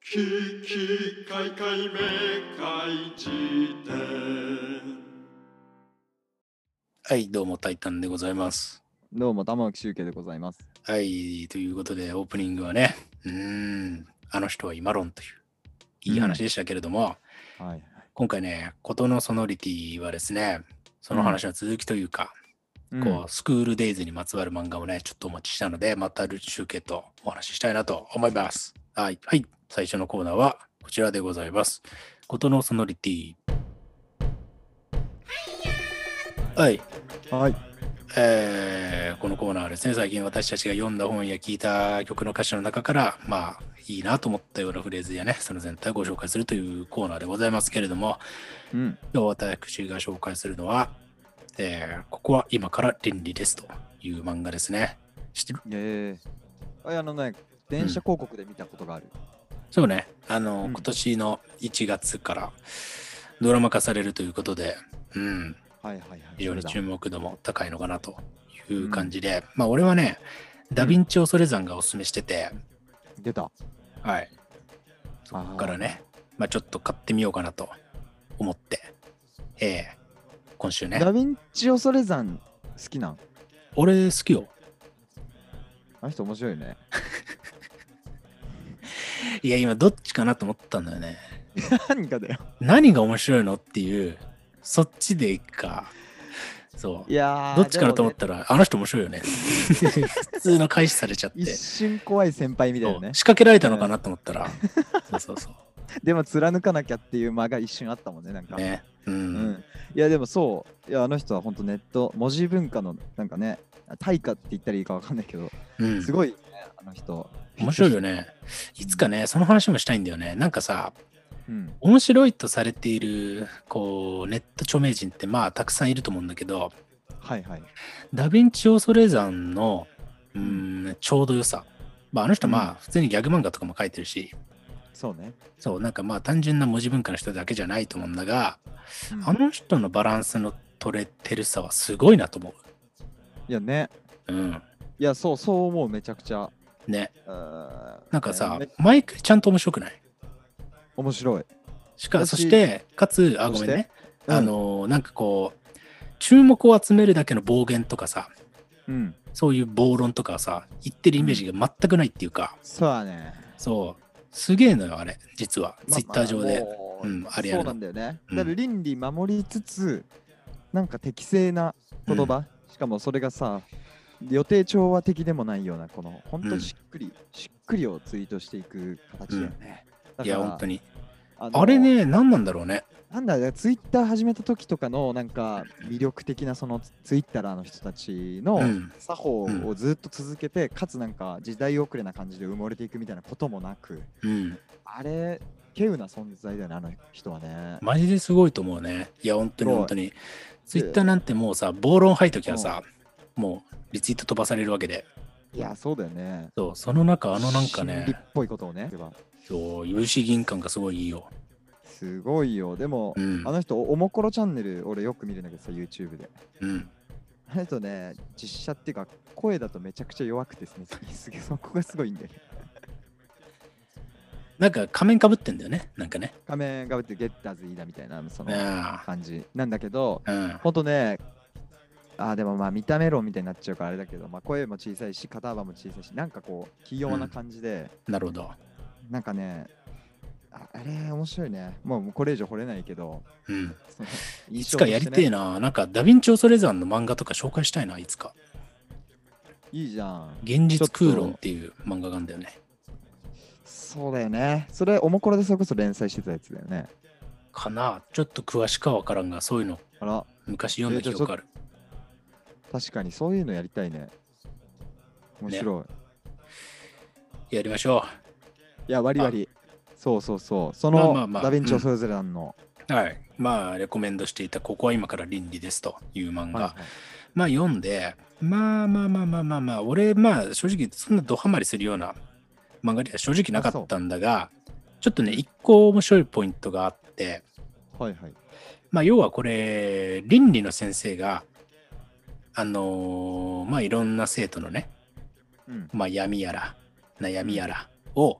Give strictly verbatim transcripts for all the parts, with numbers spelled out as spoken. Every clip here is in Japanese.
ききかいかいめかいじ典。 はい、どうもタイタンでございます。 どうも玉木集慶でございます。 はい、ということでオープニングはね、うーん、あの人は今論といういい話でしたけれども、 はいはい。 今回ね、ことのソノリティはですね、その話の続きというか、 うんこうスクールデイズにまつわる漫画をね、ちょっとお持ちしたので、また集慶とお話ししたいなと思います。はい、はい、最初のコーナーはこちらでございます。ことのソノリティ。はい。 はい。 えーこのコーナーはですね、最近私たちが読んだ本や聞いた曲の歌詞の中から、まあ、いいなと思ったようなフレーズやね、その全体をご紹介するというコーナーでございますけれども、 うん。 今日私が紹介するのは、えーここは今から倫理ですという漫画ですね。知ってる？ ええああのね、電車広告で見たことがある。 そうね、あの、 うん今年のいちがつからドラマ化されるということで、うん、 はいはいはい。 非常にそれ注目度も高いのかなという感じで、まあ俺はね、ダヴィンチ恐山がおすすめしてて、 だ出た。 はい。そこからね、まあちょっと買ってみようかなと思って、ええ今週ね。 ダヴィンチ恐山好きなん？ 俺好きよ。 あの人面白いね。 いや、今どっちかなと思ったんだよね。 何かだよ。 何が面白いのっていう、そっちでいくか。そう。 いやーどっちかなと思っでもたら、あの人面白いよね。普通の開始されちゃって。 ね一瞬怖い先輩みたいなね。 そう仕掛けられたのかなと思ったら、そうそうそでも貫かなきゃっていう間が一瞬あったもんね、なんか。 う。ね。うん。 うん。いやでもそういやあの人は本当ネット文字文化のなんかね大化って言ったらいいかわかんないけど、 うん、 すごいねあの人。 面白いよね。いつかね、その話もしたいんだよね。なんかさ、 うん。 面白いとされているこうネット著名人ってまあたくさんいると思うんだけど、 はいはい。 ダヴィンチ恐山のうーんちょうど良さ、まあ、あの人はまあ普通にギャグ漫画とかも書いてるし、 そうね。 そうなんかまあ単純な文字文化の人だけじゃないと思うんだが、 うんあの人のバランスの取れてるさはすごいなと思いやね。 う。うんいやそうそう思うめちゃくちゃ。 ね。 あーなんかさ、 ね毎回ちゃんと面白くない？ 面白い。 しか私そしてかつあそしてごめんね、 うんあのーなんかこう注目を集めるだけの暴言とかさ、 うん。 そういう暴論とかさ言ってるイメージが全くないっていうか、 そうだね。 そうすげえのよあれ実は、 まツイッター上で、 もううんあれやるのそうなんだよね。 うんだから倫理守りつつ、なんか適正な言葉、しかもそれがさ、予定調和的でもないような、この本当しっくり、しっくりをツイートしていく形だよね。だいや本当にあのあれね何なんだろうね。 なんだね、ツイッター始めた時とかのなんか魅力的なそのツイッターの人たちのうん作法をずっと続けて、かつなんか時代遅れな感じで埋もれていくみたいなこともなく、 うんあれ、稀有な存在だよね、あの人はね。 マジですごいと思うね。いや本当にすごい本当にツイッターなんてもうさ暴論吐いときはさ、もうリツイート飛ばされるわけで、 いや、そうだよね。 そうその中あのなんか心理っね、 ぽいことをね。 そう有志銀感がすごいいいよ。 すごいよ。でも、 うんあの人、おもころチャンネル、俺よく見るんだけどさ、YouTube で。 うんあの人ね、実写っていうか、声だとめちゃくちゃ弱くてですね、すげえそこがすごいんだよね。 なんか仮面かぶってんだよねなんかね。 仮面がぶってゲッターズ飯田みたいな、そのあ感じなんだけど、 あうんほんとね、あーでもまあ見た目論みたいになっちゃうからあれだけど、まあ、声も小さいし、肩幅も小さいし、なんかこう、器用な感じで、 なるほど。 なんかね、ああれ面白いね。もうもうこれ以上掘れないけど、 うんそのいつかやりてえ印象としてね。 な。なんかダヴィンチ恐山の漫画とか紹介したいな、いつか。 いいじゃん。 現実空ちょっと論っていう漫画があるんだよね。 そうだよね。それ、おもころでそれこそ連載してたやつだよね。 かなちょっと詳しくは分からんが、そういうのあら、 昔読んだ記憶ある。 確かにそういうのやりたいね。面白い。 やりましょいや、割り割り。そうそうそう。その、 まあまあまあダヴィンチ恐れぞれの、 う。はい。まあ、レコメンドしていた、ここは今から倫理ですという漫画。 はいはいまあ、読んで、まあまあまあまあまあまあ、俺、まあ、正直、そんなドハマりするような漫画では正直なかったんだが、ちょっとね、一個面白いポイントがあって、 はいはい。 まあ、要はこれ、倫理の先生が、あのーまあ、いろんな生徒のね、 うん。 まあ、闇やら、悩みやらを、 うん。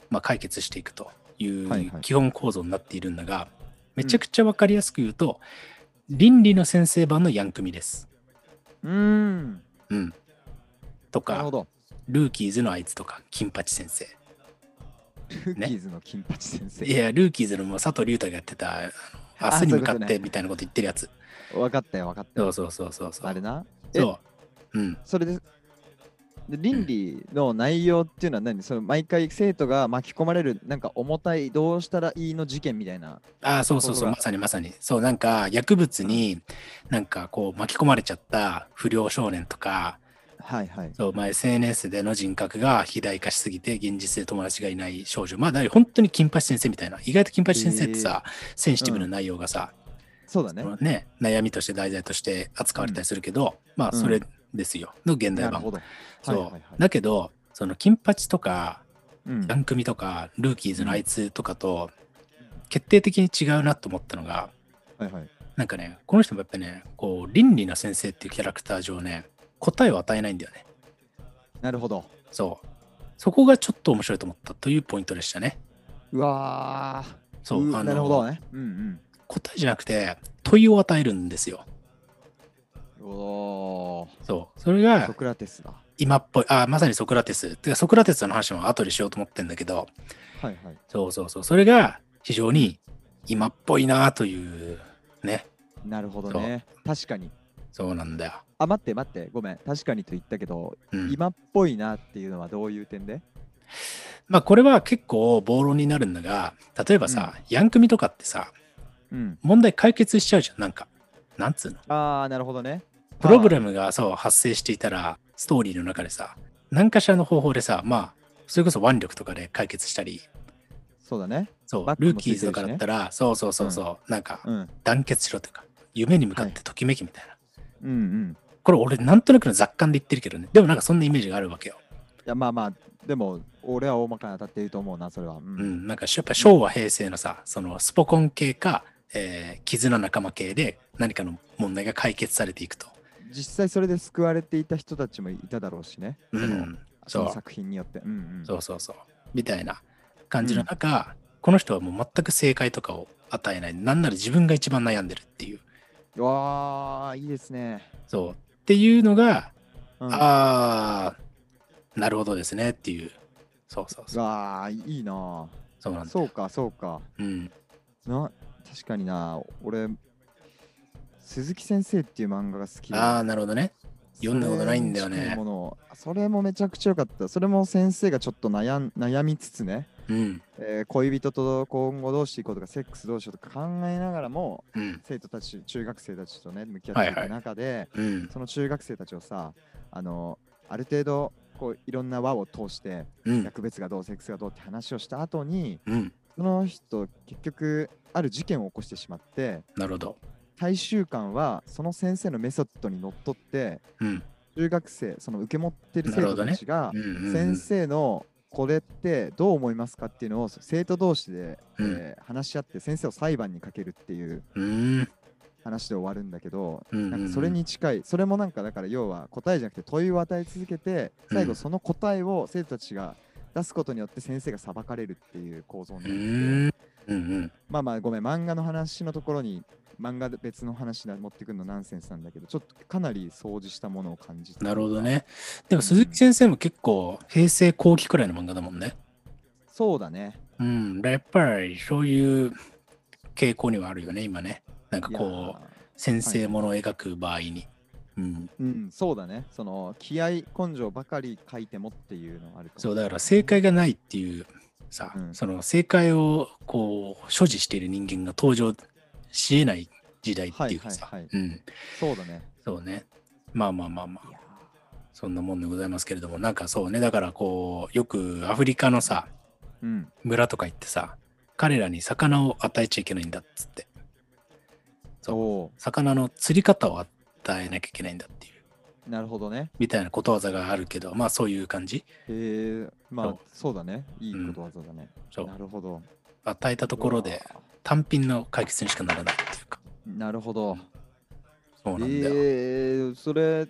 まあ、解決していくといはいうはい基本構造になっているんだが、めちゃくちゃ分かりやすく言うと、倫理の先生版のヤンクミです。 うーん。 うん。とか、 なるほど。 ルーキーズのあいつとか、金八先生。 ルーキーズの金八先生。 いや、ルーキーズのもう佐藤隆太がやってた、あのあ明日に向かっそういうことねてみたいなこと言ってるやつ。 分かったよ分かったよ。 そうそうそうそうそう。 あれな。えそう。うん。 それで、で倫理の内容っていうのは何、その毎回生徒が巻き込まれるなんか重たいどうしたらいいの事件みたいな。 ああ、そうそうそう、 ところがまさにまさに。そう、なんか薬物になんかこう巻き込まれちゃった不良少年とか、 はいはい。 そう、まあ、エスエヌエス での人格が肥大化しすぎて現実で友達がいない少女。まあ、だから本当に金八先生みたいな。意外と金八先生ってさ、センシティブな内容がさ、 そうだねそ。のね、悩みとして題材として扱われたりするけど、まあ、 うんそれですよ。の現代版。 なるほど。 そう、 はいはいはい。 だけど、その金八とか、 うんヤンクミとか、ルーキーズのあいつとかと、決定的に違うなと思ったのが、 はいはい。 なんかね、この人もやっぱね、こう、倫理な先生っていうキャラクター上ね、答えを与えないんだよね。 なるほど。 そう。そこがちょっと面白いと思ったというポイントでしたね。 うわー。 そう、あのなるほどね。うん答えじゃなくて、問いを与えるんですよ。 うん。おー。 そう。それがソクラテスだ。 今っぽい、あ、まさにソクラテス。てか、ソクラテスの話も後でしようと思ってんだけど、 はいはい。 そうそうそう。それが非常に今っぽいなというね。 なるほどね。確かに。 そうなんだよ。 あ、待って待って、ごめん。確かにと言ったけど、 うん、 今っぽいなっていうのはどういう点で？ まあこれは結構暴論になるんだが、例えばさ、ヤンクミとかってさ、 うん。 問題解決しちゃうじゃん。なんか、なんつうの。 あー、なるほどね。 プロブレムがそう発生していたら、ストーリーの中でさ、何かしらの方法でさ、まあ、それこそ腕力とかで解決したり、 そうだね。 そう、 バックもルーキーズとかだったら、そうそうそうそう、なんか、 うん。 団結しろというか、夢に向かってときめきみたいな。 うんうん。 これ俺なんとなくの雑感で言ってるけどね。でもなんかそんなイメージがあるわけよ。 いや、まあまあ、でも、俺は大まかに当たっていると思うな、それは。う。 うんん、なんかやっぱ昭和平成のさ、そのスポコン系か、えー、絆仲間系で何かの問題が解決されていくと。 実際それで救われていた人たちもいただろうしね。 うそのん、 そのそう、 作品によって。うんうん。 そうそうそう。みたいな感じの中、この人はもう全く正解とかを与えない。なんなら自分が一番悩んでるっていう。 うわー、いいですね。 そう。っていうのが、 うん、 あー、なるほどですねっていう。そうそううそう。 わー、いいな。 そうなんだよ。 そうか、そうか。 うん。 な、確かにな。俺、鈴木先生っていう漫画が好きで。 あー、なるほどね。読んだことないんだよねそれに近いものをそれもめちゃくちゃ良かった。それも先生がちょっと悩ん悩みつつね、 うん。 えー恋人と今後どうしていこうとか、セックスどうしようとか考えながらも、 うん。 生徒たち、中学生たちとね、向き合っていく中で、 うん。 その中学生たちをさ、あの、ある程度、こういろんな輪を通して、 うん。 薬物がどう、セックスがどうって話をした後に、 うん。 その人、結局、ある事件を起こしてしまって、 なるほど。 最終巻はその先生のメソッドにのっとって、 うん。 中学生、その受け持ってる生徒たちが、 うんうんうん先生のこれってどう思いますかっていうのを生徒同士で、 うんえー話し合って先生を裁判にかけるっていううーん。 話で終わるんだけど、 うんうんうんなんかそれに近い、それもなんかだから要は答えじゃなくて問いを与え続けて、最後その答えを生徒たちが出すことによって先生が裁かれるっていう構造にうなってて、 ーん。うんうん。 まあまあごめん、漫画の話のところに漫画で別の話で持ってくるのナンセンスなんだけど、ちょっとかなり掃除したものを感じた。 なるほどね。でも鈴木先生も結構平成後期くらいの漫画だもんね。 そうだね。 うん。やっぱりそういう傾向にはあるよね、今ね。なんかいやこう、 ー先生ものを描く場合に。うん。 うん、そうだね。その気合、根性ばかり書いてもっていうのがあるかもそう、だから正解がないっていうさ、 うんその正解をこう、所持している人間が登場し得ない時代っていうかさ。 はいはいうん。 そうだね。 そうね。まあまあまあまあい。やそんなもんでございますけれども、なんかそうね、だからこう、よくアフリカのさ、 ーうん。 村とか行ってさ、彼らに魚を与えちゃいけないんだっつって。そうお魚の釣り方を与えなきゃいけないんだっていう、 ーなるほどね。 みたいなことわざがあるけど、まあそういう感じ。 へえ、まあそうそうだね。いいことわざだね。 そうなるほど。 与えたところで単品の解決にしかならないっていうか、 なるほど。 そうなんだよ。 えー、それ、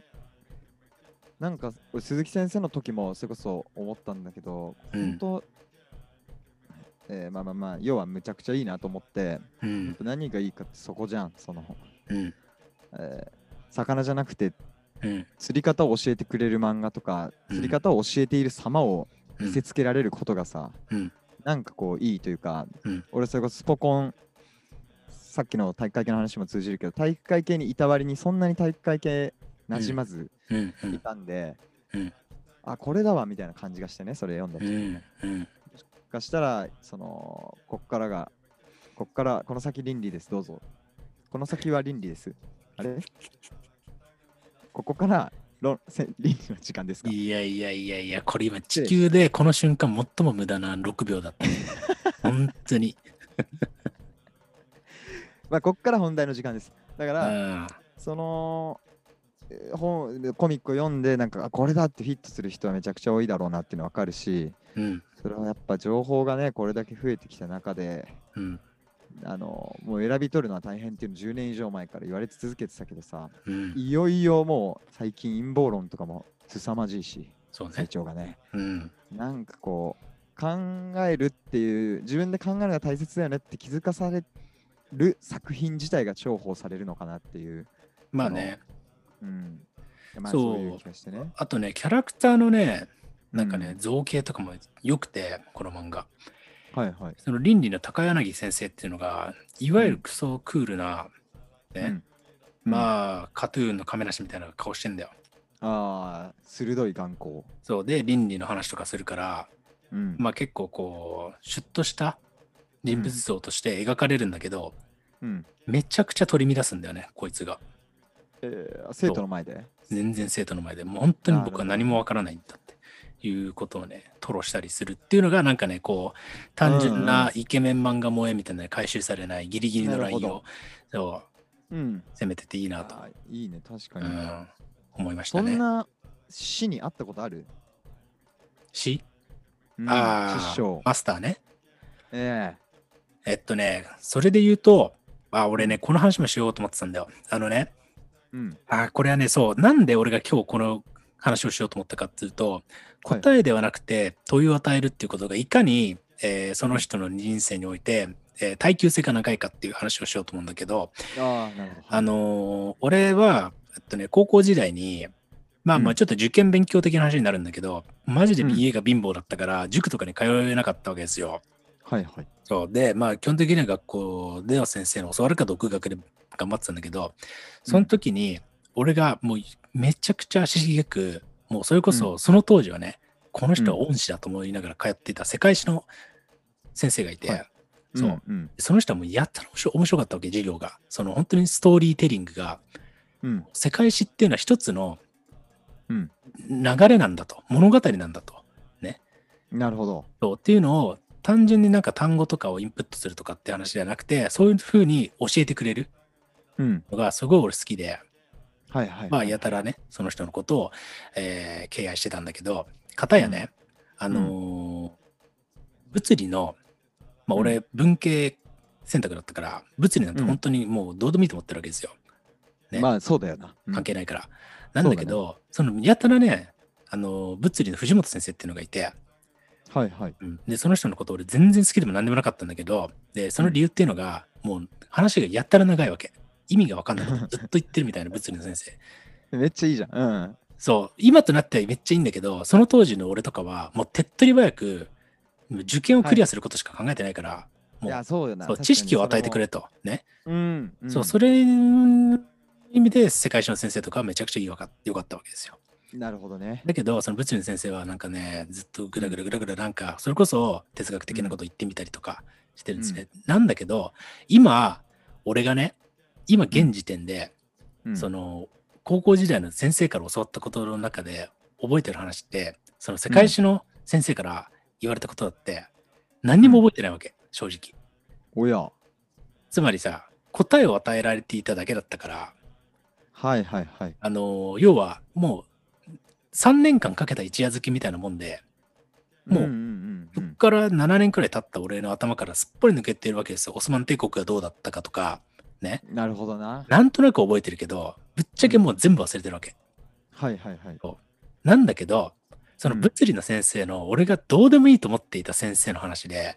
なんか俺鈴木先生の時もそれこそ思ったんだけど、 うん本当えーまあまあまあ、要はむちゃくちゃいいなと思って、 うん何がいいかってそこじゃん。その、 うんえー魚じゃなくてうん釣り方を教えてくれる漫画とか、 うん釣り方を教えている様をうん見せつけられることがさ、 うんなんかこういいというか、 うん俺それこそスポコン、さっきの体育会系の話も通じるけど、体育会系にいた割にそんなに体育会系馴染まずうんういんたんで、 うんあ、これだわみたいな感じがしてね、それ読んだう時んうんもしかしたら、その、こっからが、こっから、この先倫理です、どうぞ。この先は倫理です。あれここから論せ倫理の時間ですか？ いやいやいやいや、これ今地球でこの瞬間最も無駄なろくびょうだった。本当に。 まあ、こっから本題の時間です。だかうら、 んその、えー本、コミックを読んで、なんか、あこれだってフィットする人はめちゃくちゃ多いだろうなっていうのわかるし、 うんそれはやっぱ情報がね、これだけ増えてきた中で、 うんあの、もう選び取るのは大変っていうのじゅうねん以上前から言われ続けてたけどさ、 うんいよいよもう最近陰謀論とかも凄まじいし、成そうね。 長がね。 うんなんかこう、考えるっていう、自分で考えるのが大切だよねって気づかされる作品自体が重宝されるのかなっていう。 まあね。 うん。まあそうそういう気がしてね。 あとね、キャラクターのね、なんかね、 うん造形とかも良くて、この漫画。 はいはい。 その倫理の高柳先生っていうのが、いわゆるクソクールな、ね、 うんまあ、カトゥーンの亀梨みたいな顔してんだよ。 ああ、鋭い眼光。 そうで、倫理の話とかするから、 うん。 まあ結構こう、シュッとした人物像として描かれるんだけど、 うん。 めちゃくちゃ取り乱すんだよね、こいつが。 えー、生徒の前で全然生徒の前でもう本当に僕は何もわからないんだっていうことをね、吐露したりするっていうのがなんかね、こう、単純なイケメン漫画萌えみたいな回収されないギリギリのラインなるをそううん。 攻めてていいなと、 あーいいね、確かに。 うん、思いましたね。 そんな詩に会ったことある？ し、 うん、 ああ師匠。 マスターね。 ええっとね、それで言うと、あ、俺ね、この話もしようと思ってたんだよ。あのね、 えうん。 あ、これはね、そう、なんで俺が今日この話をしようと思ったかっていうと、答えではなくて問いを与えるっていうことがいかに、えーその人の人生において、えー耐久性が長いかっていう話をしようと思うんだけど、 ああ、なるほど。 あのー俺は、えっとね、高校時代に、まあまうんあちょっと受験勉強的な話になるんだけど、マジで家が貧乏だったから、塾とかに通えなかったわけですよ。 はいはい。 そうで、まあ基本的には学校での先生の教わるか独学で頑張ってたんだけど、その時に俺がもうめちゃくちゃ足しげく、もうそれこそその当時はね、この人は恩師だと思いながら通っていた世界史の先生がいて、 はいそう、 んうん。そその人はもうやったら面白面白かったわけ、授業が。その本当にストーリーテリングが、 うん。 世界史っていうのは一つのうん。 流れなんだと、物語なんだと。 なるほど。 そうっていうのを単純になんか単語とかをインプットするとかって話じゃなくて、そういうふうに教えてくれるうん。 のがすごい俺好きで、 はいはい。 まあやたらね、その人のことを、えー敬愛してたんだけど、片やね、あのー物理の、まあ俺文系選択だったから、物理なんて本当にもうどうでもいいと思ってるわけですよ。ねまあそうだよな。うん関係ないから。なんだけど、そのやたらね、あのー物理の藤本先生っていうのがいて、 はいはい。 うんで、その人のこと俺全然好きでも何でもなかったんだけど、で、その理由っていうのが、もう話がやったら長いわけ。意味がわかんないことずっと言ってるみたいな物理の先生。 めっちゃいいじゃん。うん。 そう、今となってはめっちゃいいんだけど、その当時の俺とかは、もう手っ取り早く、受験をクリアすることしか考えてないから、もういや、そうよな。 そう知識を与えてくれ。 れと。ね。 うん。 そう、それの意味で世界史の先生とかはめちゃくちゃいいわかよかったわけですよ。 なるほどね。 だけど、その物理の先生はなんかね、ずっとぐらぐらぐらぐらなんか、それこそ哲学的なこと言ってみたりとかしてるんですね。なんだけど、今、俺がね、今現時点で、 うんその、高校時代の先生から教わったことの中で覚えてる話って、その世界史の先生から言われたことだって、何にも覚えてないわけ、正直。 おや。 つまりさ、答えを与えられていただけだったから、 はいはいはい。 あの、要はもう、さんねんかんかけた一夜漬けみたいなもんで、もううんうんうんそっからななねんくらい経った俺の頭からすっぽり抜けてるわけですよ。オスマン帝国がどうだったかとか、ね。 うん。なるほどな。 なんとなく覚えてるけど、ぶっちゃけもう全部忘れてるわけ。 はいはいはい。 なんだけど、そのうん物理の先生の、俺がどうでもいいと思っていた先生の話で、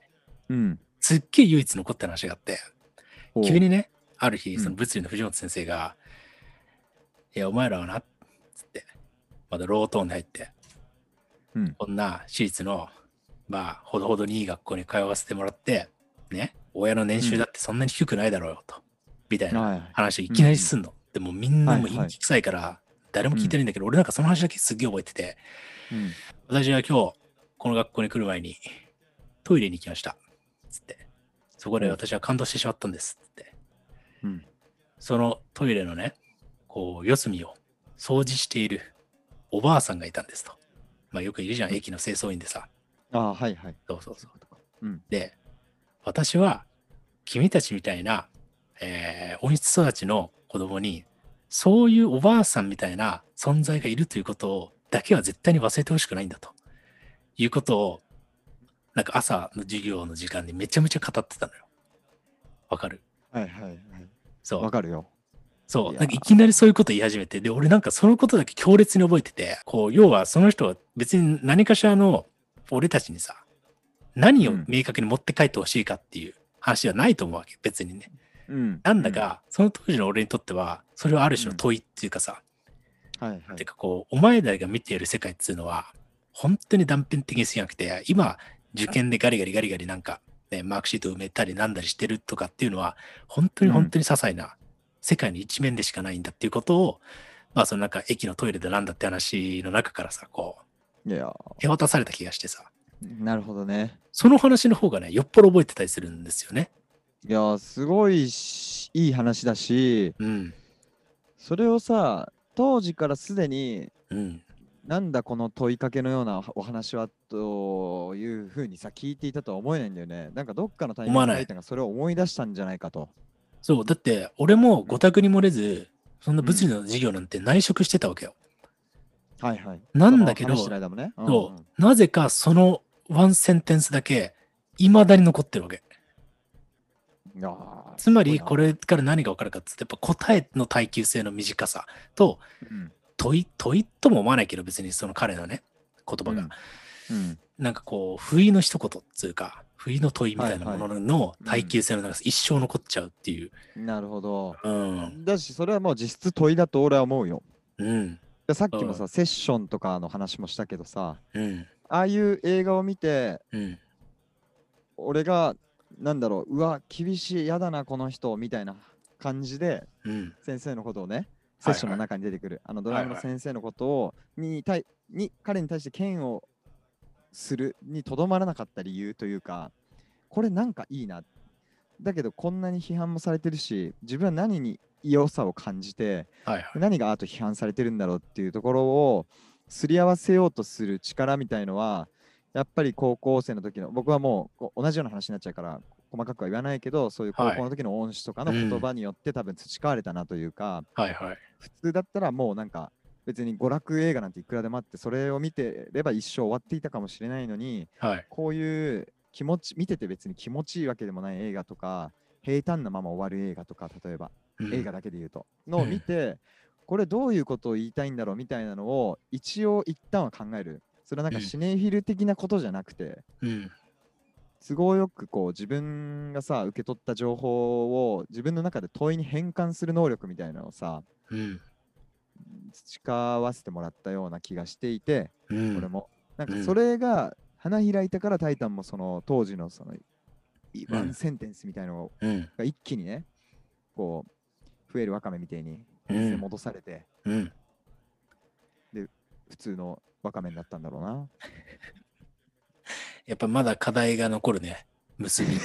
うん。 すっげえ唯一残った話があって、 ほう急にね、ある日、 うんその物理の藤本先生が、いや、お前らはな、つって、まだロートーンで入って、 うん。 こんな私立の、まあ、ほどほどにいい学校に通わせてもらって、ね、親の年収だってそんなに低くないだろうよ、と、みたいはいはない話をいきなりすんの。でもみんなもはいはい陰気臭いから、誰も聞いてないんだけど、俺なんかその話だけすっげえ覚えてて、 うん。 私は今日、この学校に来る前に、トイレに行きました。つって。そこで私は感動してしまったんです。つって。 うん。 そのトイレのね、こう、四隅を掃除しているおばあさんがいたんですと。まあよくいるじゃん、 うん駅の清掃員でさ。 ああ、はいはい。 そうそうそう。 うん。 で、私は君たちみたいな、えー、温室育ちの子供に、そういうおばあさんみたいな存在がいるということをだけは絶対に忘れてほしくないんだということを、なんか朝の授業の時間にめちゃめちゃ語ってたのよ。わかる？ はいはいはい。 そう。 わかるよ。 そう。 いやーなんかいきなりそういうこと言い始めて、で、俺なんかそのことだけ強烈に覚えてて、こう、要はその人は別に何かしらの俺たちにさ、何をうん明確に持って帰ってほしいかっていう話はないと思うわけ、別にね。 うん。 なんだか、その当時の俺にとっては、それはある種のうん問いっていうかさ、 はいはい。 てかこう、お前らが見ている世界っていうのは、本当に断片的に過ぎなくて、今、受験でガリガリガリガリなんか、ね、マークシート埋めたりなんだりしてるとかっていうのは、本当に本当に些細な世界の一面でしかないんだっていうことを、まあそのなんか駅のトイレでなんだって話の中からさ、こう、 いや手渡された気がしてさ、 ーなるほどね。 その話の方がね、よっぽど覚えてたりするんですよね。 いやーすごいしいい話だし、 うん。 それをさ、当時からすでに、 うん。 なんだこの問いかけのようなお話はというふうにさ、聞いていたとは思えないんだよね。なんかどっかのタイミン思わないグでタイタンがそれを思い出したんじゃないかと。 そう、だって俺もご択に漏れず、そんな物理うの授業なんて内職してたわけよ。 はいはい。 なんだけどその話してる間もね。うんそう、なぜかそのワンセンテンスだけ、未だに残ってるわけ。 うんいやーつまり、 すごいこれから何が分かるかって言って、やっぱ答えの耐久性の短さと、 なうん問い、問いとも思わないけど、別にその彼のね、言葉が、 うんなんかこう、不意の一言っつうか、不意の問いみたいなもののい耐久性の長さ、一生残っちゃうっていう。 なるほど。 うん。 だし、それはもう実質問いだと俺は思うよ。 うん。 でさっきもさ、 うセッションとかの話もしたけどさ、 うん。 ああいう映画を見て、 うん。 俺が、なんだろう、うわ、厳しい、やだな、この人、みたいな感じで、 うん。 先生のことをね、 はいはいセッションの中に出てくる、あのドラムの先生のことを、に対に彼に対して嫌悪するにとどまらなかった理由というか、これなんかいいな。だけど、こんなに批判もされてるし、自分は何に良さを感じて、 はいはい。 何がアート批判されてるんだろうっていうところをすり合わせようとする力みたいのは、やっぱり高校生の時の、僕はもうこう同じような話になっちゃうから細かくは言わないけど、そういう高校の時の恩師とかの言葉によって多分培われたなというか、 はいはい。 普通だったらもうなんか別に娯楽映画なんていくらでもあって、それを見てれば一生終わっていたかもしれないのに、 はい。 こういう気持ち、見てて別に気持ちいいわけでもない映画とか、平坦なまま終わる映画とか、例えばうん映画だけで言うと、のを見て、これどういうことを言いたいんだろうみたいなのを一応一旦は考える。それはなんかうんシネフィル的なことじゃなくて、 うん。 都合よくこう自分がさ、受け取った情報を自分の中で問いに変換する能力みたいなのをさ、 うん。 培わせてもらったような気がしていて、 うん。 俺も。なんかうんそれが花開いたからタイタンもその当時のそのうんワンセンテンスみたいなのうん。 が一気にね、こう増えるワカメみたいにうん水で戻されて、 うん。 普通のワカメになったんだろうな。 やっぱまだ課題が残るね。結び。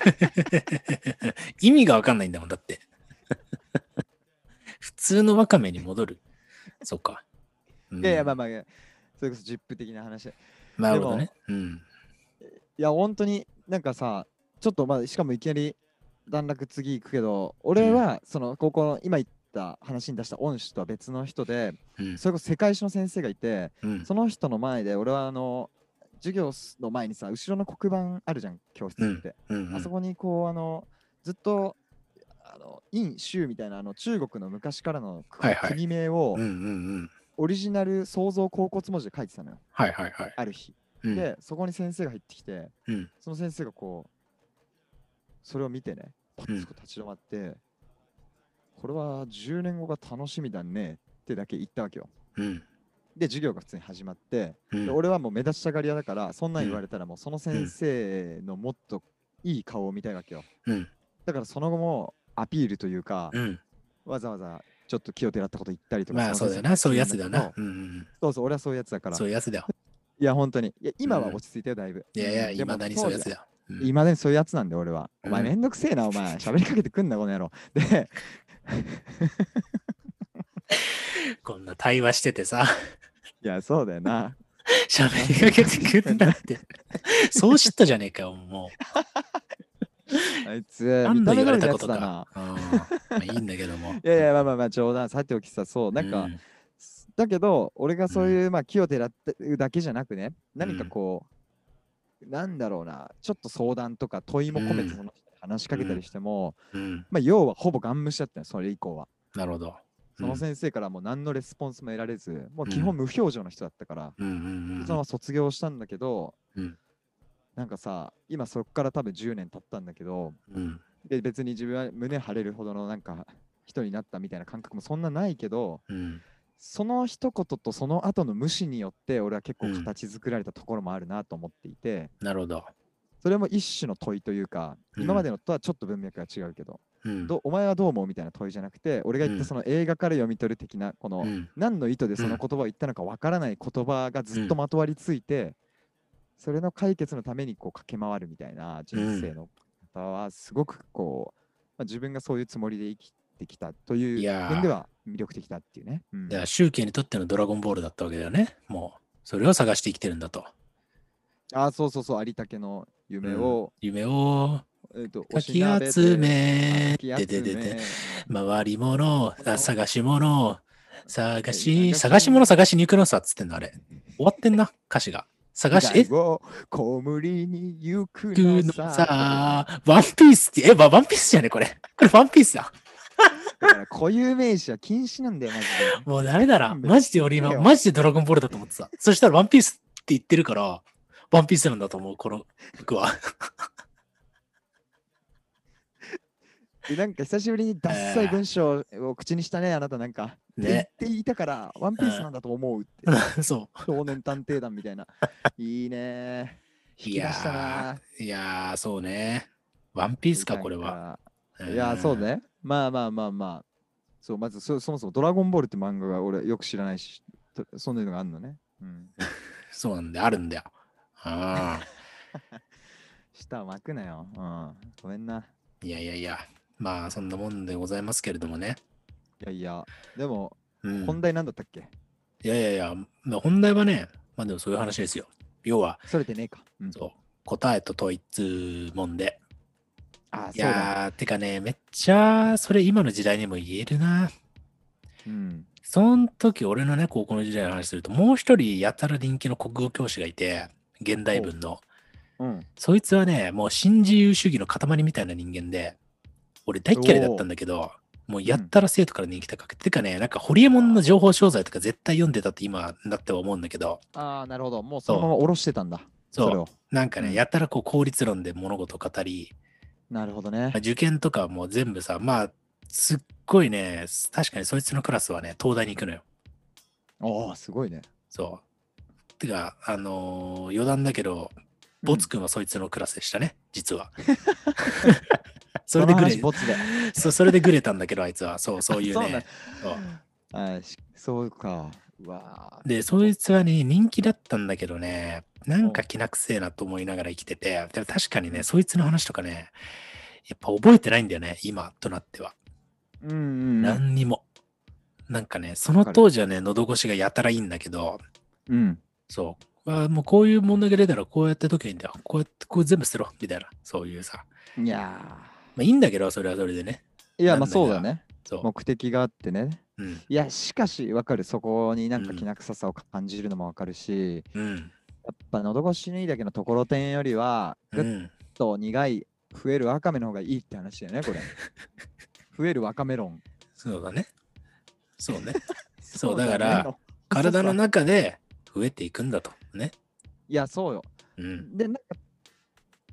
意味がわかんないんだもん、だって。普通のワカメに戻る。そっか。うんいやいや、まあまあ、それこそジップ的な話。いなるほどね。うん。 や、本当になんかさ、ちょっとまあ、しかもいきなり段落次行くけど、俺はその高校の今言った話に出した恩師とは別の人で、 うん。 それこそ世界史の先生がいて、 うん。 その人の前で俺はあの、授業の前にさ、後ろの黒板あるじゃん、教室って。 うん。 あそこにこう、あの、ずっと、あの、陰州みたいなあの中国の昔からのくはいはい国名をうんうんうん。 オリジナル創造甲骨文字で書いてたのよ、 はいはいはい。 ある日。 うん、 で、そこに先生が入ってきて、 うん。 その先生がこそれを見てね、パッと立ち止まって、うん、これはじゅうねんごが楽しみだねってだけ言ったわけよ。 うん、 で、授業が普通に始まって、 うん、 で俺はもう目立ちたがり屋だから、そんなん言われたらもうその先生のもっといい顔を見たいわけよ。 うん、 だからその後もアピールというか、 うん、 わざわざちょっと気をてらったこと言ったりとか、 まあそうだよな、そういうやつだよな。うん、 そうそう、俺はそういうやつだから。 そういうやつだよ。 いや、本当に。いや、今は落ち着いてよ、だいぶ。 いやいや、いまだにそういうやつだよ。 いまだにそういうやつなんで、俺は。お前、めんどくせえな、お前。喋りかけてくんな、この野郎。で、 こんな対話しててさ。 いや、そうだよな。 喋りかけてくんなって。そう知ったじゃねえかよ、もう。 あいつ、 何度言われたことか。まあ、いいんだけども。 いやいや、まあまあまあ、冗談、さておきさ、そう、なんか、うん、だけど、俺がそういう、うん、まあ、気をてらってるだけじゃなくね、何かこう、うん、なんだろうな、ちょっと相談とか問いも込めてその人に話しかけたりしても、うん、まあ、要はほぼガン無視だったよ、それ以降は。 なるほど。 その先生からも何のレスポンスも得られず、もう基本無表情の人だったから、そのまま卒業したんだけど、うん、なんかさ、今そこから多分じゅうねん経ったんだけど、うん、で別に自分は胸張れるほどのなんか人になったみたいな感覚もそんなないけど、うん、その一言とその後の無視によって俺は結構形作られたところもあるなと思っていて、 うん、なるほど。 それも一種の問いというか、うん、今までのとはちょっと文脈が違うけど、うん、どお前はどう思うみたいな問いじゃなくて、俺が言ったその映画から読み取る的なこの、うん、何の意図でその言葉を言ったのかわからない言葉がずっとまとわりついて、うん、それの解決のためにこう駆け回るみたいな人生の方はすごくこう、まあ、自分がそういうつもりで生きてきたという点では魅力的だっていうね。 うん、いや、宗教にとってのドラゴンボールだったわけだよね。もうそれを探して生きてるんだと。 ああ、そうそうそう、有竹の夢を、 うん、夢をえー、とかき集めてててて、回り物、探し物、探し、探し物探しに行くのさっつってんのあれ。終わってんな、歌詞が。探し、えこむりに行くのさ。 ワンピースって、え、ワンピースじゃねこれ。これワンピースだ。 だから固有名詞は禁止なんだよ、マジで。 もうダメだな。マジで俺今、マジでドラゴンボールだと思ってた。そしたらワンピースって言ってるから、ワンピースなんだと思う、この服は。 なんか久しぶりにダッサい文章を口にしたね、あなたなんか。ね。って言ったから、ワンピースなんだと思うって。 そう。 少年探偵団みたいな。いいね。 引き出したな。いやー、そうね。ワンピースか、これは。 いやー、そうね。まあまあまあまあ。そう、まずそ、そもそもドラゴンボールって漫画が俺よく知らないし、そんなのがあるのね。うん。 そうなんで、あるんだよ。ああ。舌を巻くなよ。うん。ごめんな。 いやいやいや。まあそんなもんでございますけれどもね。 いやいや、でも、うん、本題なんだったっけ？ いやいやいや、まあ、本題はね、まあでもそういう話ですよ。要は、 それでねえか。 うん、そう。答えと問いっつうもんで。 ああ、 いやー、てかね、めっちゃそれ今の時代にも言えるな。うん。その時俺のね、高校の時代の話すると、もう一人やたら人気の国語教師がいて、現代文の。うん、そいつはね、もう新自由主義の塊みたいな人間で、俺大嫌いだったんだけど、もうやったら生徒から人気高くて、うん、てかね、なんかホリエモンの情報商材とか絶対読んでたって今になっては思うんだけど。 ああ、なるほど。もうそのまま下ろしてたんだ。 そう。それをなんかね、うん、やったらこう効率論で物事を語り。 なるほどね。 まあ、受験とかも全部さ、まあ、すっごいね、確かにそいつのクラスはね、東大に行くのよ。 ああ、すごいね。 そう。てか、あのー、余談だけど、ボツ君はそいつのクラスでしたね、実は。それでグレそ, それでグレたんだけど、あいつは。そう、そういうね。 そうあそうか。うわで、そいつはね、人気だったんだけどね、なんか気なくせえなと思いながら生きてて、でも確かにね、そいつの話とかね、やっぱ覚えてないんだよね、今となっては。 うんうん、うん。 何にも。なんかね、その当時はね、喉越しがやたらいいんだけど、 うん。 そう。あもうこういう問題が出たらこうやって解けばいいんだよ。こうやってこう全部捨てろみたいな、そういうさ。 いやまあいいんだけど、それはそれでね。 いや、まあそうだね。目的があってね。うん、いや、しかし分かる。そこになんかきな臭さを感じるのも分かるし、うん、やっぱ喉越しのいいだけのところてんよりは、ぐっと苦い、増えるわかめの方がいいって話だよね、これ。増えるわかめ論。 そうだね。そうね。そうだから、体の中で増えていくんだとね。 いや、そうよ。うん、で、なんか、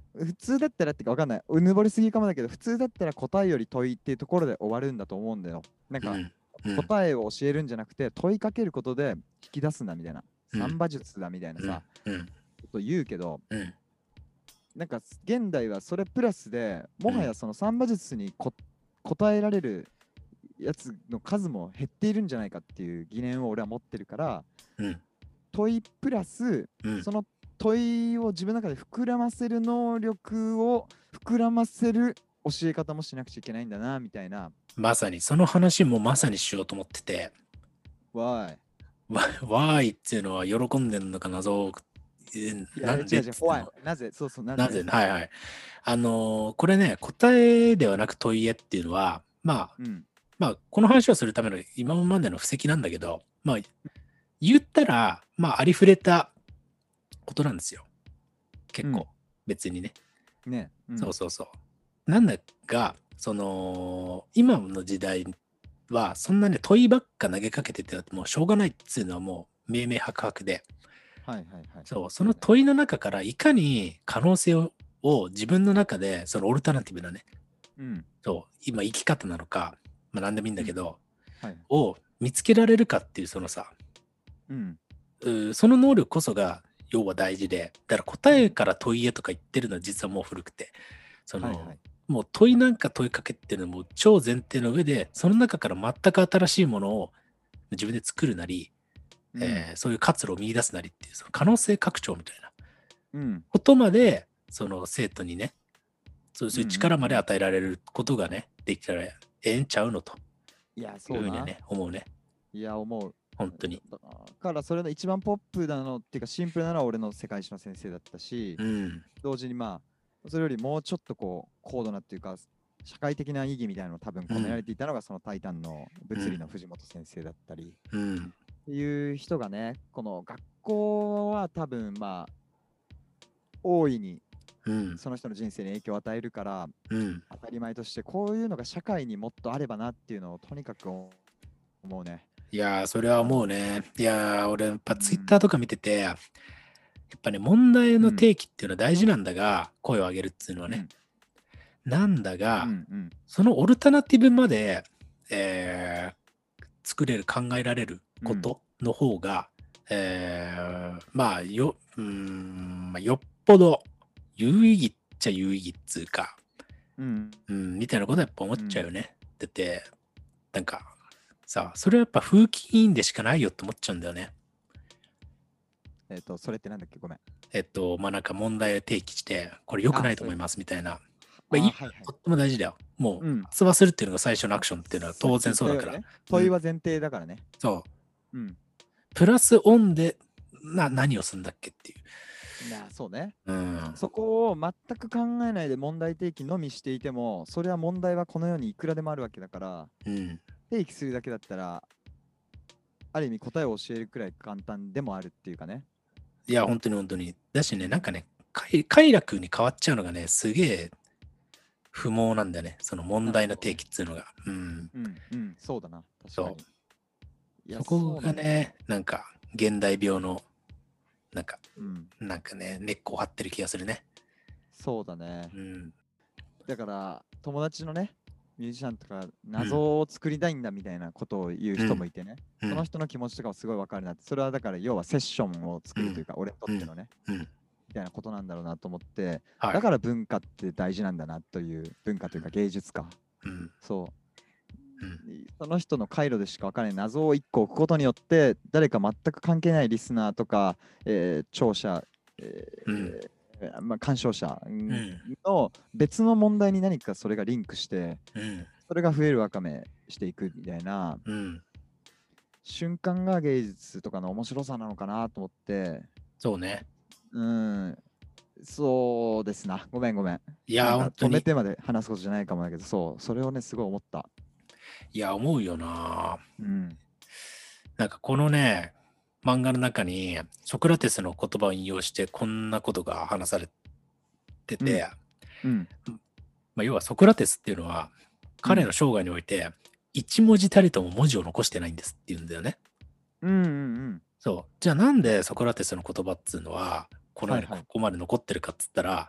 普通だったらってかわかんない。うぬぼれすぎかもだけど、普通だったら答えより問いっていうところで終わるんだと思うんだよ。なんか、 うんうん答えを教えるんじゃなくて、問いかけることで引き出すんだみたいな。 うん三馬術だみたいなさ、 うんこと言うけど、 うんなんか現代はそれプラスでもはやその三馬術にこ答えられるやつの数も減っているんじゃないかっていう疑念を俺は持ってるから、 うん問いプラスうんその問いを自分の中で膨らませる能力を膨らませる教え方もしなくちゃいけないんだなみたいな。 まさにその話もまさにしようと思ってて、 わーい。 わわーいっていうのは喜んでるのか謎を、えいや、 なん違う違う、 でっつっても怖い。なぜそうそう、なぜなぜはいはい。あのーこれね、答えではなく問いへっていうのは、まあ、 うん。 まあ、この話をするための今までの布石なんだけど、まあ、言ったら、まあ、ありふれたことなんですよ。結構、 うん別にね。 ね。うんそうそうそう。なんだが、その、今の時代は、そんなね、問いばっか投げかけててもうしょうがないっていうのはもう明々白々で、 はいはいはい。 そう、その問いの中からいかに可能性をを自分の中で、そのオルタナティブなね、 うん。 そう、今生き方なのか、まあ何でもいいんだけど、 はい。 を見つけられるかっていうそのさ、 うん。 うーその能力こそが要は大事で、だから答えから問いへとか言ってるのは実はもう古くて、その、 はいはい。 もう問いなんか問いかけっていうのはもう超前提の上で、その中から全く新しいものを自分で作るなり、 うんえーそういう活路を見出すなりっていうその可能性拡張みたいなうん。 ことまでその生徒にね、そういううんうんうん力まで与えられることがね、できたらええんちゃうのといや、 いそううな。 ふうにね、思うね。 いや、思う。 本当に。 だから、それの一番ポップなのっていうか、シンプルなのは俺の世界史の先生だったし、 うん。 同時にまあ、それよりもうちょっとこう、高度なっていうか、社会的な意義みたいなのを多分込められていたのが、そのタイタンの物理の藤本先生だったり、 うん。 っていう人がね、この学校は多分まあ、大いにうん。 その人の人生に影響を与えるから、 うん。 当たり前としてこういうのが社会にもっとあればなっていうのをとにかく思うね。 いやー、それはもうね、いやー、俺やっぱうんツイッターとか見てて、やっぱね、問題の提起っていうのは大事なんだが、声を上げるっていうのはね。なんだうが、 んうんそのオルタナティブまで、えー作れる、考えられることの方が、えーまあ、よ、うーん、まあ、よっぽど有意義っちゃ有意義っつうか、 うんうん、みたいなことはやっぱ思っちゃうよね。だって、なんか、さ、それはやっぱ風紀委員でしかないよって思っちゃうんだよね。 えっと、それってなんだっけごめん。 えっと、まあなんか問題を提起して、これ良くないと思いますみたいな。まあ、いいあはいはいとっても大事だよ。もう、 うん発話するっていうのが最初のアクションっていうのは当然そうだから。 さっき言ったよね問いは前提だからね。 そう。 うん。 プラスオンでな何をするんだっけっていう。 いや、そうね。 うん。 そこを全く考えないで問題提起のみしていても、それは問題はこの世にいくらでもあるわけだから、 うん。 提起するだけだったら、ある意味答えを教えるくらい簡単でもあるっていうかね。 いや、本当に本当に。だしね、なんかね、快快楽に変わっちゃうのがね、すげえ不毛なんだよね。その問題の提起っていうのが。うん。 うんうん、そうだな。確そうかに。いやそこがそうなんだよね、なんか現代病の、なんか、 うん、 なんかね、根っこを張ってる気がするね。 そうだねう。ん。 だから、友達のね、ミュージシャンとか謎を作りたいんだみたいなことを言う人もいてね、 うんその人の気持ちとかもすごいわかるなって、それはだから要はセッションを作るというか、俺にとってのね、 うん。 みたいなことなんだろうなと思って、 はい。 だから文化って大事なんだなという、文化というか芸術か、 うん。 そう。 うん。 その人の回路でしか分からない謎をいっこ置くことによって誰か全く関係ないリスナーとか、えー聴者、えーうんえーまあ、鑑賞者んの別の問題に何かそれがリンクしてうん。 それが増えるわかめしていくみたいなうん。 瞬間が芸術とかの面白さなのかなと思ってそうね。 うんそうですなごめんごめんいや、 なんか本当に。 止めてまで話すことじゃないかもだけどそうそれをねすごい思ったいや、思うよな。 うんなんかこのね、漫画の中にソクラテスの言葉を引用してこんなことが話されてて、 うんまあ、要はソクラテスっていうのは彼の生涯において一文字たりとも文字を残してないんですっていうんだよね。 うんうんうんそう。じゃあなんでソクラテスの言葉っつうのはこの世にはいはいここまで残ってるかっつったら、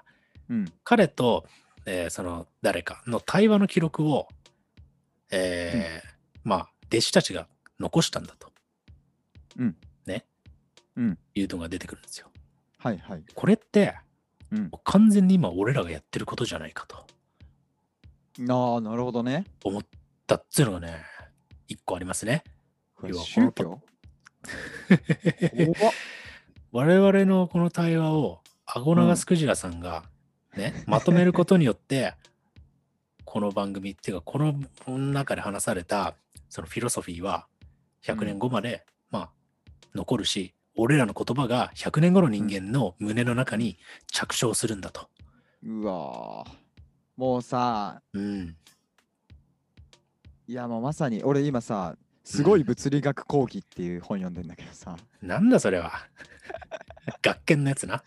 うん彼と、えーその誰かの対話の記録を、えーまあ弟子たちが残したんだとうんねうんいうのが出てくるんですよ。 はいはいこれってうん完全に今俺らがやってることじゃないかとああなるほどね。 思ったっていうのがね一個ありますね。 これ要は宗教怖っ我々のこの対話をアゴナガスクジラさんがね、まとめることによってこの番組っていうかこの中で話されたそのフィロソフィーはひゃくねんごまで、まあ残るし、俺らの言葉がひゃくねんごの人間の胸の中に着床するんだと。 うわーもうさうん。 いやもうまさに俺今さすごい物理学講義っていう本読んでんだけどさ、 なんだそれは。学研のやつな。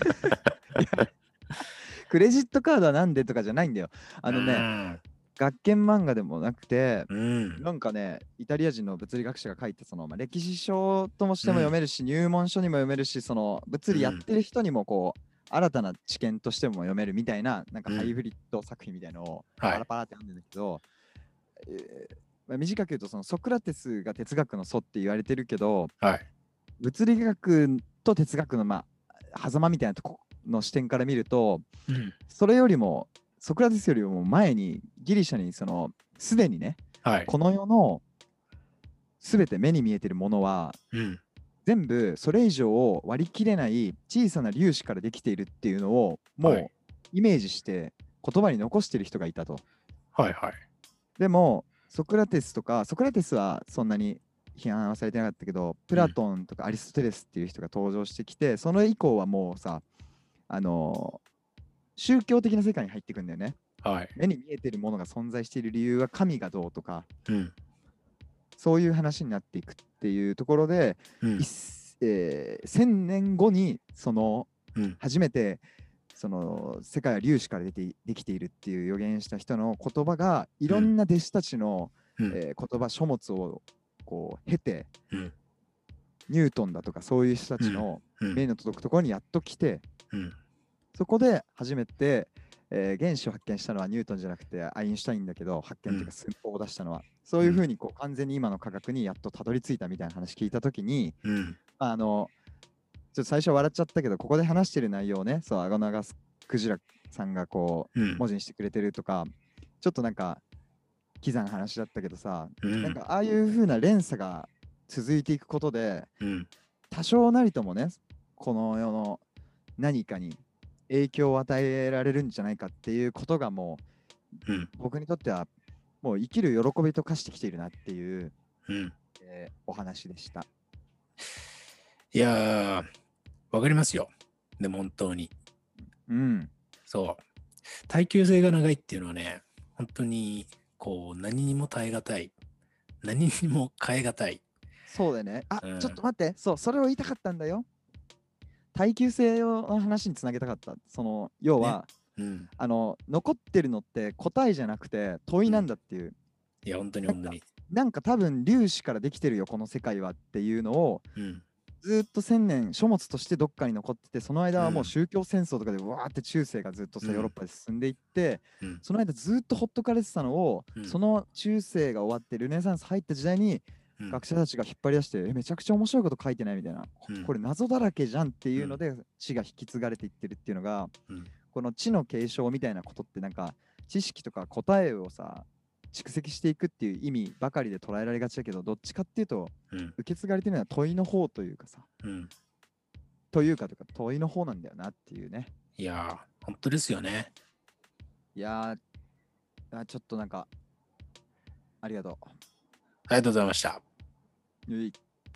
クレジットカードはなんでとかじゃないんだよ。あのね、 ね。 学研漫画でもなくて、 うん。 なんかね、イタリア人の物理学者が書いたその、まあ、歴史書ともしても読めるし、入門書にも読めるし、その物理やってる人にもこう、新たな知見としても読めるみたいな、なんかハイブリッド作品みたいのをパはい。 ラパラって読んでんだけど、えーまあ、短く言うとそのソクラテスが哲学の祖って言われてるけど、 はい。 物理学と哲学のまあ狭間みたいなとこの視点から見ると、 うん。 それよりもソクラテスよりも前にギリシャにそのすでにねはい。 この世の全て目に見えてるものはうん。 全部それ以上を割り切れない小さな粒子からできているっていうのをもはいうイメージして言葉に残してる人がいたと。 はいはい。 でもソクラテスとかソクラテスはそんなに批判はされてなかったけど、プラトンとかアリストテレスっていう人が登場してきて、その以降はもうさあのー宗教的な世界に入っていくんだよね。 はい。 目に見えてるものが存在している理由は神がどうとかうん。 そういう話になっていくっていうところで、 うんいっ。えーせんねんごにそのうん。 初めてその世界は粒子から出てできているっていう予言した人の言葉がいろんな弟子たちの、 うん。 えー言葉書物をこう経てうん。 ニュートンだとかそういう人たちのうん。 目の届くところにやっと来て、 うん。 そこで初めて、えー原子を発見したのはニュートンじゃなくてアインシュタインだけど、発見というか寸法を出したのは、そういうふうにこう完全に今の科学にやっとたどり着いたみたいな話聞いたときに、 うん。 あのちょっと最初笑っちゃったけど、ここで話してる内容をね、そうアゴナガスクジラさんがこう。 うん文字にしてくれてるとか、ちょっとなんかキザな話だったけどさ、 うん。 なんかああいう風な連鎖が続いていくことで、 うん。 多少なりともね、この世の何かに影響を与えられるんじゃないかっていうことがもううん。 僕にとってはもう生きる喜びと化してきているなっていう、 うん。 えーお話でした。 いやー、わかりますよ。でも本当に。 うん。 そう。耐久性が長いっていうのはね、本当に、こう、何にも耐え難い。何にも変え難い。 そうだよね。あ、 うんちょっと待って。そう、それを言いたかったんだよ。耐久性の話につなげたかった。その、要は、 うん。 あの、残ってるのって答えじゃなくて問いなんだっていう。 いや、本当になんか本当に。 なんか多分粒子からできてるよ、この世界はっていうのを、 うん。 ずーっと千年書物としてどっかに残ってて、その間はもううん宗教戦争とかでわーって中世がずっとさ、 うんヨーロッパで進んでいって、 うん。 その間ずっとほっとかれてたのを、 うんその中世が終わってルネサンス入った時代にうん学者たちが引っ張り出して、えめちゃくちゃ面白いこと書いてないみたいな、こうんこれ謎だらけじゃんっていうので知が引き継がれていってるっていうのが、 うんこの知の継承みたいなことってなんか知識とか答えをさ蓄積していくっていう意味ばかりで捉えられがちだけど、どっちかっていうとうん。 受け継がれてるのは問いの方というかさ、 うん。 というかとか問いの方なんだよなっていうね。 いやー、本当ですよね。 いやーあちょっとなんかありがとありがとうございました。 う。うい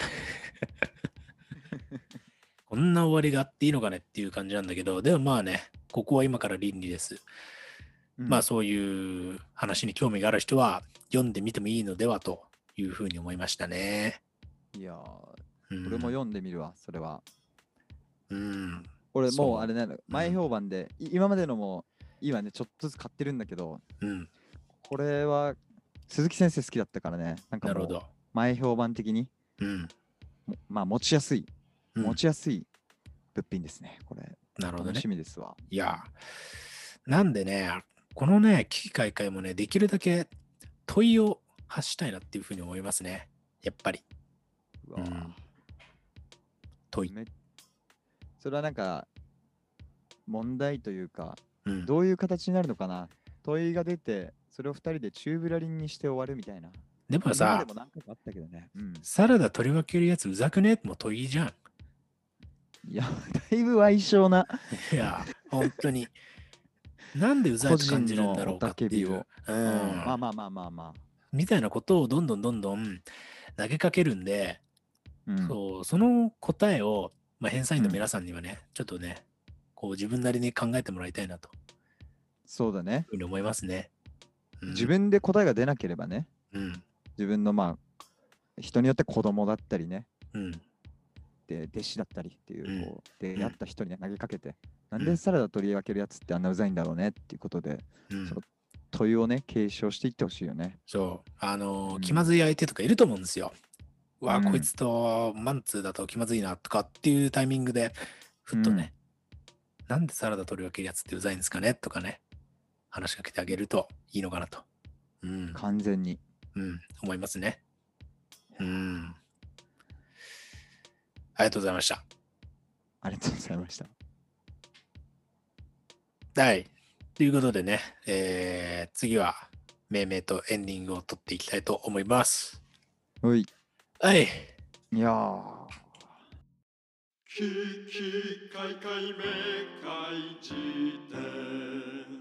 こんな終わりがあっていいのかねっていう感じなんだけど、でもまあね、ここは今から倫理です。 うんまあそういう話に興味がある人は読んでみてもいいのではというふうに思いましたね。 いやーうん、 俺も読んでみるわ、それは。 うん。 俺そうもうあれね、前評判で、い今までのも今ね、ちょっとずつ買ってるんだけど、 うん。 これは鈴木先生好きだったからね、なんかもうなるほど。 前評判的に、 うん。 もまあ持ちやすい、 うん持ちやすい物品ですね、これ。 なるほどね楽し。みですわ。 いや、なんでね、このね、危機開会もね、できるだけ問いを発したいなっていうふうに思いますね。やっぱり。 うわうん問い。 めそれはなんか問題というか、 うん。 どういう形になるのかな。問いが出て、それをふたりでチューブラリンにして終わるみたいな。 でも今までさ、 も何回かあったけどね。うん、 サラダ取り分けるやつうざくねもう問いじゃん。 いや、だいぶ歪小ないや、本当に。なんでうざい個と感じ人の雄るんだろうかたけびを。 っていう。ううん、 ん。 まあまあまあまあまあ。 みたいなことをどんどんどんどん投げかけるんで、 うん、 そう、その答えを、まあ、編纂員のうん皆さんにはね、ちょっとね、こう自分なりに考えてもらいたいなというそうだね。 ふうに思いますね。うん、 自分で答えが出なければね、 うん、 自分のまあ、人によって子供だったりね、 うん、 で弟子だったりっていう、 うんこう出会った人にね投げかけて、なんうんでサラダ取り分けるやつってあんなうざいんだろうねっていうことで、 うんその問いをね、継承していってほしいよね。 そう、あのーうん気まずい相手とかいると思うんですよ。うわ、 うんこいつとマンツーだと気まずいなとかっていうタイミングで、ふっとね、なんでサラダ取り分けるやつってうざいんですかねとかね、話しかけてあげるといいのかなと。うん、 完全に。 うん、思いますね。うん。ありがとうございました。 ありがとうございました。 はい。ということでね、えー、次は命名とエンディングを取っていきたいと思います。 おい。 はい。 いやー。 ききかいかいめかい辞典